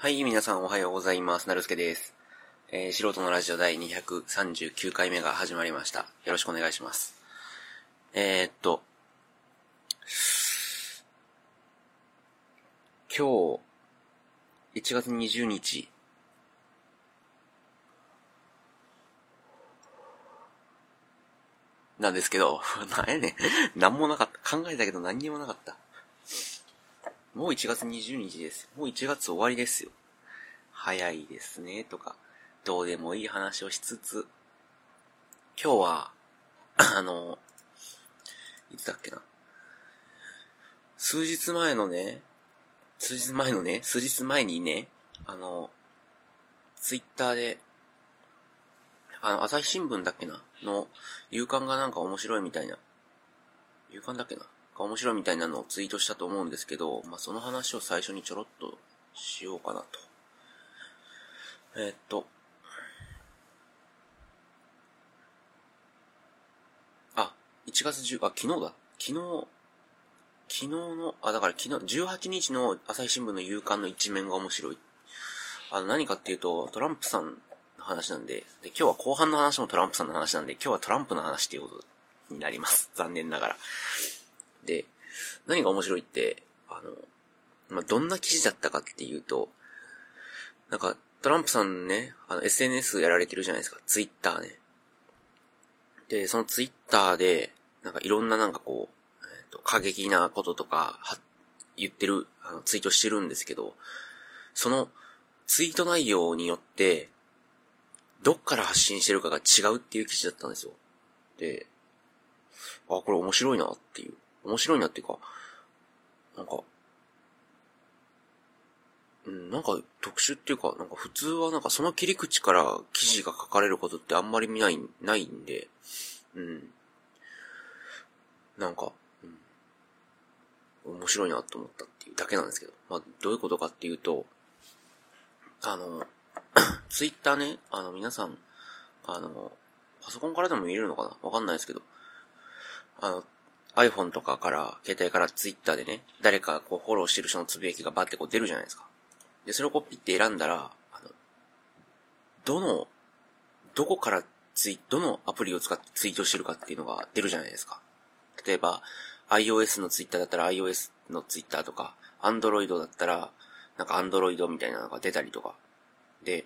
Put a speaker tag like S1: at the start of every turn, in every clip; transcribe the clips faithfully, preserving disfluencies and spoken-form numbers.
S1: はい、皆さんおはようございます。なるすけです。えー、素人のラジオ第にひゃくさんじゅうきゅうかいめが始まりました。よろしくお願いします。えー、っと、今日、いちがつにじゅうにち、なんですけど、なんやねん。なんもなかった。考えたけど何にもなかった。もういちがつにじゅうにちです。もういちがつ終わりですよ。早いですね、とか、どうでもいい話をしつつ、今日は、あの、いつだっけな。数日前のね、数日前のね、数日前にね、あの、ツイッターで、あの、朝日新聞だっけなの、夕刊がなんか面白いみたいな、夕刊だっけなが面白いみたいなのをツイートしたと思うんですけど、まあ、その話を最初にちょろっとしようかなと。えー、っと、あ、いちがつじゅう、あ、昨日だ。昨日、昨日の、あ、だから昨日、じゅうはちにちの朝日新聞の夕刊の一面が面白い。あの、何かっていうと、トランプさんの話なんで、で、今日は後半の話もトランプさんの話なんで、今日はトランプの話っていうことになります。残念ながら。で、何が面白いって、あの、まあ、どんな記事だったかっていうと、なんか、トランプさんね、あの、エスエヌエス やられてるじゃないですか。ツイッターね。で、そのツイッターで、なんかいろんななんかこう、えっと、過激なこととか、は、言ってる、あの、ツイートしてるんですけど、その、ツイート内容によって、どっから発信してるかが違うっていう記事だったんですよ。で、あ、これ面白いなっていう。面白いなっていうか、なんか、うん、なんか特殊っていうか、なんか普通はなんかその切り口から記事が書かれることってあんまり見ない、ないんで、うん。なんか、うん、面白いなと思ったっていうだけなんですけど。まあ、どういうことかっていうと、あの、ツイッターね、あの、皆さん、あの、パソコンからでも見れるのかなわかんないですけど、あの、iPhone とかから、携帯からツイッターでね、誰かこうフォローしてる人のつぶやきがバッてこう出るじゃないですか。で、それをこうピッて選んだら、あの、どの、どこからツイ、どのアプリを使ってツイートしてるかっていうのが出るじゃないですか。例えば、iOS のツイッターだったら iOS のツイッターとか、Android だったら、なんか Android みたいなのが出たりとか。で、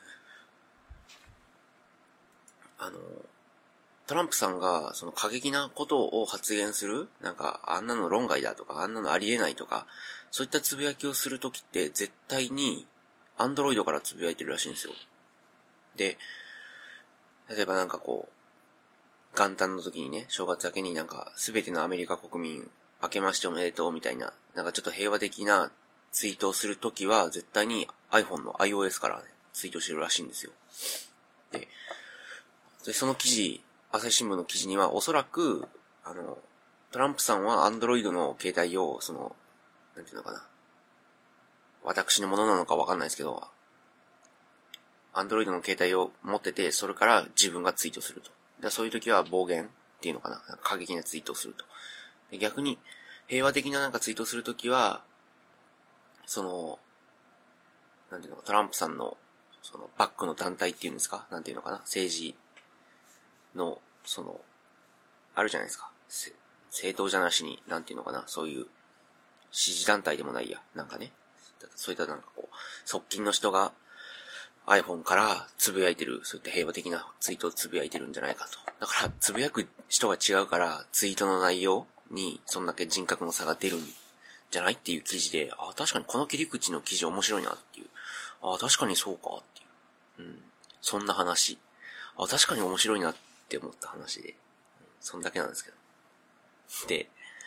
S1: あの、トランプさんが、その過激なことを発言する、なんか、あんなの論外だとか、あんなのありえないとか、そういったつぶやきをするときって、絶対に、アンドロイドからつぶやいてるらしいんですよ。で、例えばなんかこう、元旦の時にね、正月明けになんか、すべてのアメリカ国民、明けましておめでとうみたいな、なんかちょっと平和的なツイートをするときは、絶対に iPhone の iOS からね、ツイートしてるらしいんですよ。で、でその記事、朝日新聞の記事には、おそらく、あの、トランプさんはアンドロイドの携帯を、その、なんていうのかな。私のものなのかわかんないですけど、アンドロイドの携帯を持ってて、それから自分がツイートすると。でそういう時は暴言っていうのかな。過激なツイートをすると。で逆に、平和的ななんかツイートをするときは、その、なんていうのか、トランプさんの、その、バックの団体っていうんですかなんていうのかな政治の、その、あるじゃないですか。政党じゃなしに、なんていうのかな、そういう、支持団体でもないや、なんかね。そういったなんかこう、側近の人が iPhone からつぶやいてる、そういった平和的なツイートをつぶやいてるんじゃないかと。だから、つぶやく人が違うから、ツイートの内容に、そんだけ人格の差が出るんじゃないっていう記事で、あ、確かにこの切り口の記事面白いなっていう。あ、確かにそうかっていう。うん。そんな話。あ、確かに面白いなって思った話で。そんだけなんですけど。で、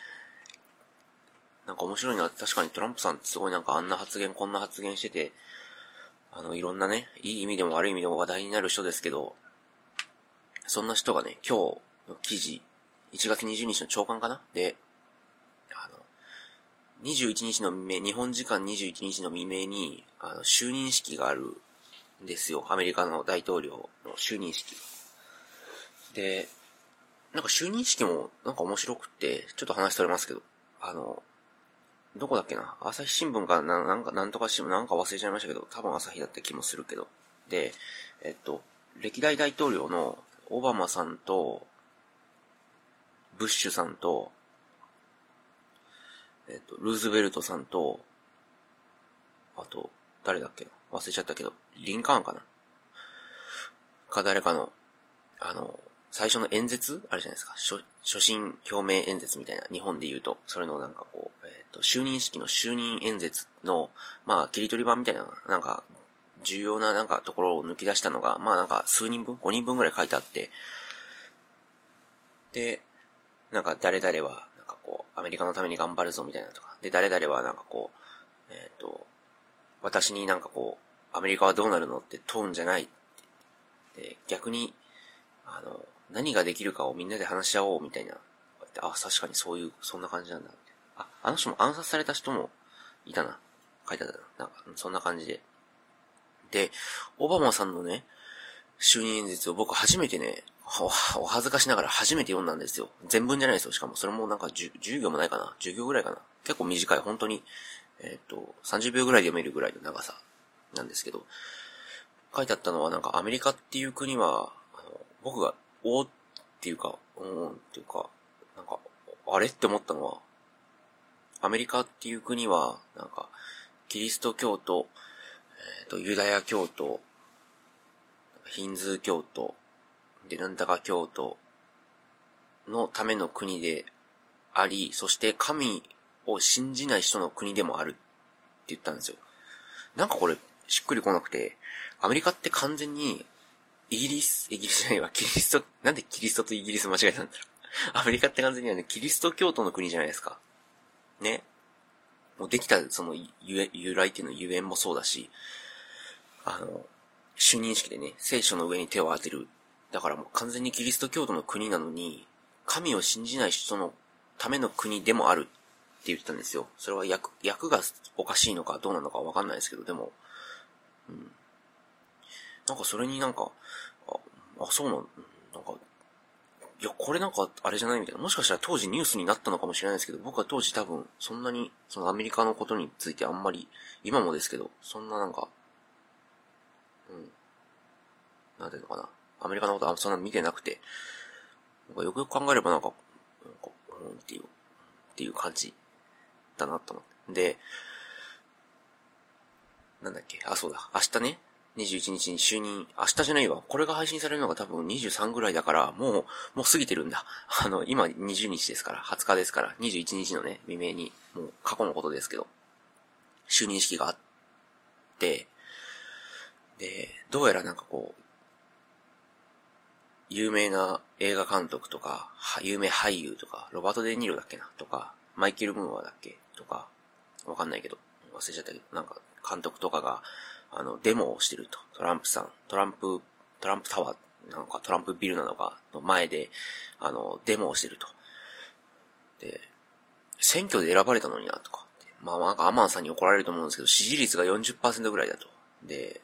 S1: なんか面白いなって確かにトランプさんってすごいなんかあんな発言こんな発言してて、あのいろんなね、いい意味でも悪い意味でも話題になる人ですけど、そんな人がね、今日の記事、いちがつにじゅうにちの朝刊かなで、あの、にじゅういちにちの未明、日本時間にじゅういちにちの未明に、あの、就任式があるんですよ。アメリカの大統領の就任式。で、なんか就任式もなんか面白くって、ちょっと話それますけど、あの、 どこだっけな、朝日新聞かな、なんか、なんとか新聞、なんか忘れちゃいましたけど、多分朝日だった気もするけど。で、えっと、歴代大統領のオバマさんと、ブッシュさんと、えっと、ルーズベルトさんと、あと、誰だっけな、忘れちゃったけど、リンカーンかなか誰かの、あの、最初の演説あるじゃないですか。初、初心表明演説みたいな、日本で言うと、それのなんかこう、えっと、就任式の就任演説の、まあ、切り取り版みたいな、なんか、重要ななんかところを抜き出したのが、まあなんか数人分 ?ご 人分ぐらい書いてあって、で、なんか誰々は、なんかこう、アメリカのために頑張るぞみたいなとか、で、誰々はなんかこう、えっと、私になんかこう、アメリカはどうなるのって問うんじゃない。で、逆に、あの、何ができるかをみんなで話し合おうみたいな。あ、確かにそういう、そんな感じなんだ。あ、あの人も暗殺された人もいたな。書いてあったな。なんか、そんな感じで。で、オバマさんのね、就任演説を僕初めてね、お、お恥ずかしながら初めて読んだんですよ。全文じゃないですよ。しかもそれもなんかじゅう行もないかな。じゅう行ぐらいかな。結構短い。本当に、えっと、さんじゅうびょうぐらいで読めるぐらいの長さなんですけど、書いてあったのはなんかアメリカっていう国は、あの僕が、おーっていうか、うーんっていうか、なんか、あれって思ったのは、アメリカっていう国は、なんか、キリスト教徒、えっと、ユダヤ教徒、ヒンズー教徒、で、なんだか教徒のための国であり、そして神を信じない人の国でもあるって言ったんですよ。なんかこれ、しっくりこなくて、アメリカって完全に、イギリス、イギリスじゃないわ、キリスト、なんでキリストとイギリス間違えたんだろう。アメリカって完全にはね、キリスト教徒の国じゃないですか。ね。もうできた、その、由由来っていうのゆえんもそうだし、あの、就任式でね、聖書の上に手を当てる。だからもう完全にキリスト教徒の国なのに、神を信じない人のための国でもあるって言ってたんですよ。それは訳、訳がおかしいのかどうなのかわかんないですけど、でも、うん。なんかそれになんか、あ、あそうなん、なんか、いや、これなんかあれじゃないみたいな。もしかしたら当時ニュースになったのかもしれないですけど、僕は当時多分そんなに、そのアメリカのことについてあんまり、今もですけど、そんななんか、うん。なんていうのかな。アメリカのことはそんな見てなくて、なんかよくよく考えればなんか、なんか、うんっていう、っていう感じだなと思って。で、なんだっけ、あ、そうだ、明日ね、にじゅういちにちに就任、明日じゃないわ。これが配信されるのが多分にじゅうさんぐらいだから、もう、もう過ぎてるんだ。あの、今にじゅうにちですから、はつかですから、にじゅういちにちのね、未明に、もう過去のことですけど、就任式があって、で、どうやらなんかこう、有名な映画監督とか、有名俳優とか、ロバート・デ・ニーロだっけなとか、マイケル・ムーアだっけとか、わかんないけど、忘れちゃったけど、なんか、監督とかが、あの、デモをしてると。トランプさん、トランプ、トランプタワーなのか、トランプビルなのか、の前で、あの、デモをしてると。で、選挙で選ばれたのにな、とか。まあ、なんかアマンさんに怒られると思うんですけど、支持率が よんじゅっパーセント ぐらいだと。で、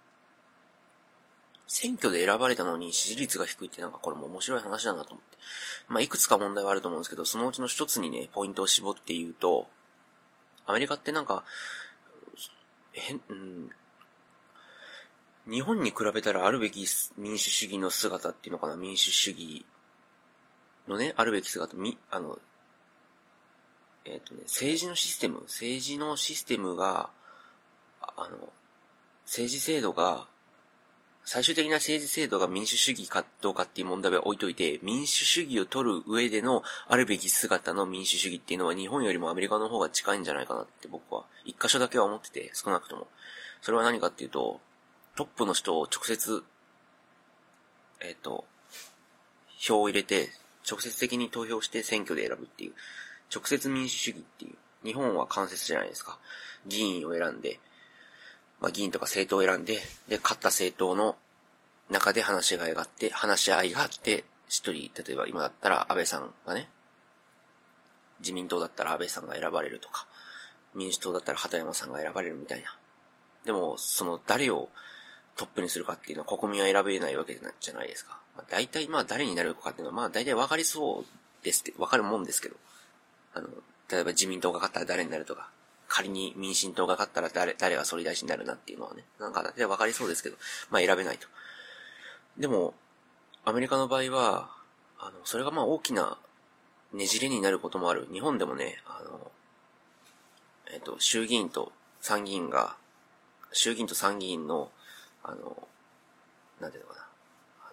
S1: 選挙で選ばれたのに支持率が低いってなんかこれも面白い話だなと思って。まあ、いくつか問題はあると思うんですけど、そのうちの一つにね、ポイントを絞って言うと、アメリカってなんか、変、うん、日本に比べたらあるべき民主主義の姿っていうのかな、民主主義のね、あるべき姿、み、あの、えっとね、政治のシステム、政治のシステムが、あの、政治制度が、最終的な政治制度が民主主義かどうかっていう問題は置いといて、民主主義を取る上でのあるべき姿の民主主義っていうのは日本よりもアメリカの方が近いんじゃないかなって僕は一箇所だけは思ってて、少なくとも。それは何かっていうと、トップの人を直接、えっと、票を入れて、直接的に投票して選挙で選ぶっていう、直接民主主義っていう、日本は間接じゃないですか。議員を選んで、まあ、議員とか政党を選んで、で、勝った政党の中で話し合いがあって、話し合いがあって、一人、例えば今だったら安倍さんがね、自民党だったら安倍さんが選ばれるとか、民主党だったら畑山さんが選ばれるみたいな。でも、その誰をトップにするかっていうのは国民は選べないわけじゃないですか。まあ、大体まあ誰になるかっていうのはまあ大体わかりそうですけど、わかるもんですけど、あの、 例えば自民党が勝ったら誰になるとか、仮に民進党が勝ったら誰、誰が総理大臣になるなっていうのはね、なんかで分かりそうですけど、まあ選べないと。でも、アメリカの場合は、あの、それがまあ大きなねじれになることもある。日本でもね、あの、えっと、衆議院と参議院が、衆議院と参議院の、あの、なんていうのかな、あ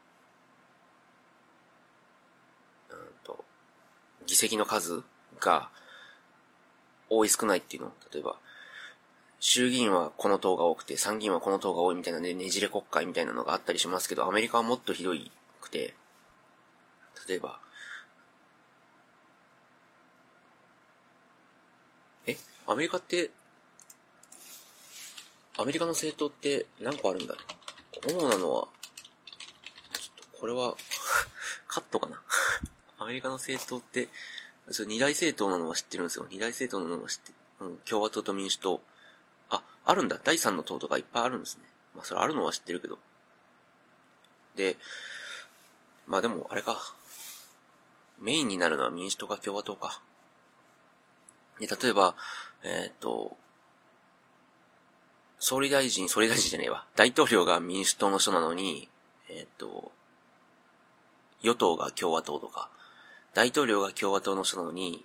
S1: の、うんと、議席の数が多い少ないっていうの。例えば、衆議院はこの党が多くて、参議院はこの党が多いみたいなね、ねじれ国会みたいなのがあったりしますけど、アメリカはもっとひどいくて、例えば、えアメリカって、アメリカの政党って何個あるんだろう。主なのは、ちょっとこれは、カットかな。アメリカの政党って、それ二大政党なのは知ってるんですよ。二大政党なのは知って、うん、共和党と民主党。あ、あるんだ。第三の党とかいっぱいあるんですね。まあ、それあるのは知ってるけど。で、まあでも、あれか。メインになるのは民主党か共和党か。で、例えば、えー、っと、総理大臣、総理大臣じゃねえわ。大統領が民主党の人なのに、えー、っと、与党が共和党とか、大統領が共和党の人なのに、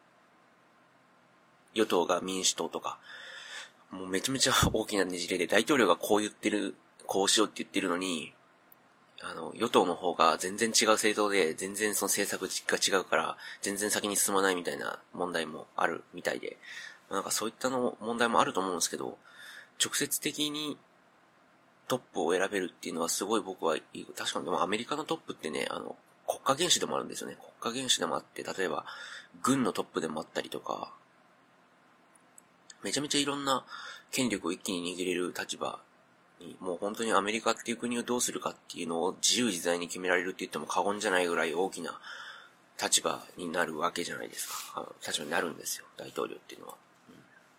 S1: 与党が民主党とか、もうめちゃめちゃ大きなねじれで、大統領がこう言ってる、こうしようって言ってるのに、あの、与党の方が全然違う政党で、全然その政策が違うから、全然先に進まないみたいな問題もあるみたいで、なんかそういったの問題もあると思うんですけど、直接的にトップを選べるっていうのはすごい僕はいい。確かにでもアメリカのトップってね、あの、国家元首でもあるんですよね。国家元首でもあって、例えば、軍のトップでもあったりとか、めちゃめちゃいろんな権力を一気に握れる立場に、もう本当にアメリカっていう国をどうするかっていうのを自由自在に決められるって言っても過言じゃないぐらい大きな立場になるわけじゃないですか。立場になるんですよ、大統領っていうのは。うん、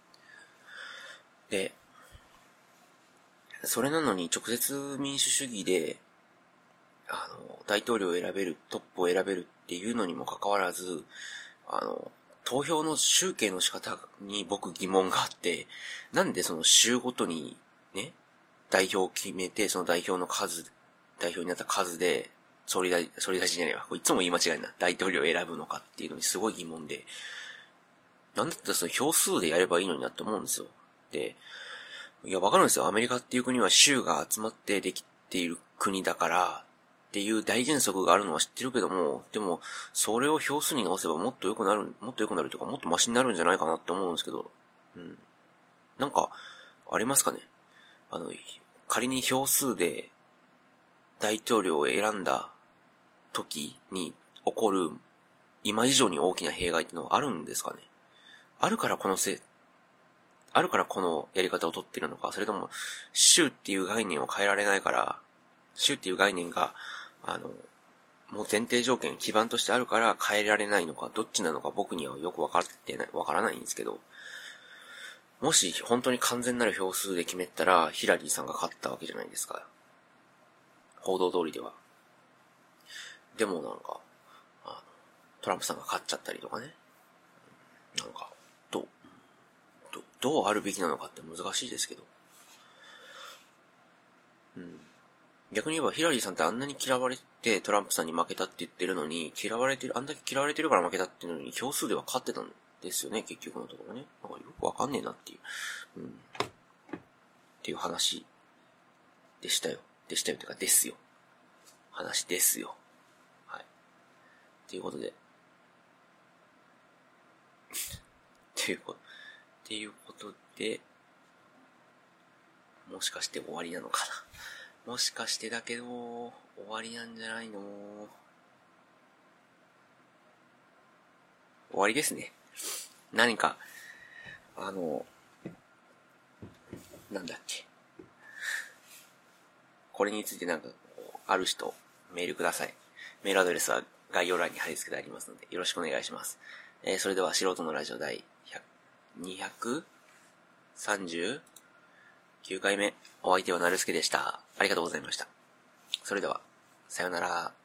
S1: で、それなのに直接民主主義で、あの、大統領を選べる、トップを選べるっていうのにもかかわらず、あの、投票の集計の仕方に僕疑問があって、なんでその州ごとにね、代表を決めて、その代表の数、代表になった数で、総理大、総理大臣じゃないわ。いつも言い間違いな。大統領を選ぶのかっていうのにすごい疑問で、なんだったらその票数でやればいいのになって思うんですよ。で、いや、わかるんですよ。アメリカっていう国は州が集まってできている国だから、っていう大原則があるのは知ってるけども、でも、それを票数に直せばもっと良くなる、もっと良くなるというか、もっとマシになるんじゃないかなって思うんですけど、うん。なんか、ありますかね？あの、仮に票数で大統領を選んだ時に起こる今以上に大きな弊害ってのはあるんですかね？あるからこのせい、あるからこのやり方を取ってるのか、それとも、州っていう概念を変えられないから、州っていう概念が、あの、もう前提条件、基盤としてあるから変えられないのか、どっちなのか僕にはよくわかってない、わからないんですけど、もし本当に完全なる票数で決めたら、ヒラリーさんが勝ったわけじゃないですか。報道通りでは。でもなんか、あのトランプさんが勝っちゃったりとかね。なんか、どう、ど、どうあるべきなのかって難しいですけど。うん。逆に言えばヒラリーさんってあんなに嫌われてトランプさんに負けたって言ってるのに、嫌われてる、あんだけ嫌われてるから負けたっていうのに、票数では勝ってたんですよね、結局のところね。なんかよくわかんねえなっていう。うん。っていう話でしたよ。でしたよっていうか、ですよ。話ですよ。はい。っていうことで。っていうこと、っていうことで、もしかして終わりなのかな。もしかしてだけど、終わりなんじゃないの？終わりですね。何か、あの、なんだっけ。これについてなんか、ある人、メールください。メールアドレスは概要欄に貼り付けてありますので、よろしくお願いします。えー、それでは素人のラジオ第にひゃくさんじゅうきゅうかいめ、お相手はなるすけでした。ありがとうございました。それでは、さよなら。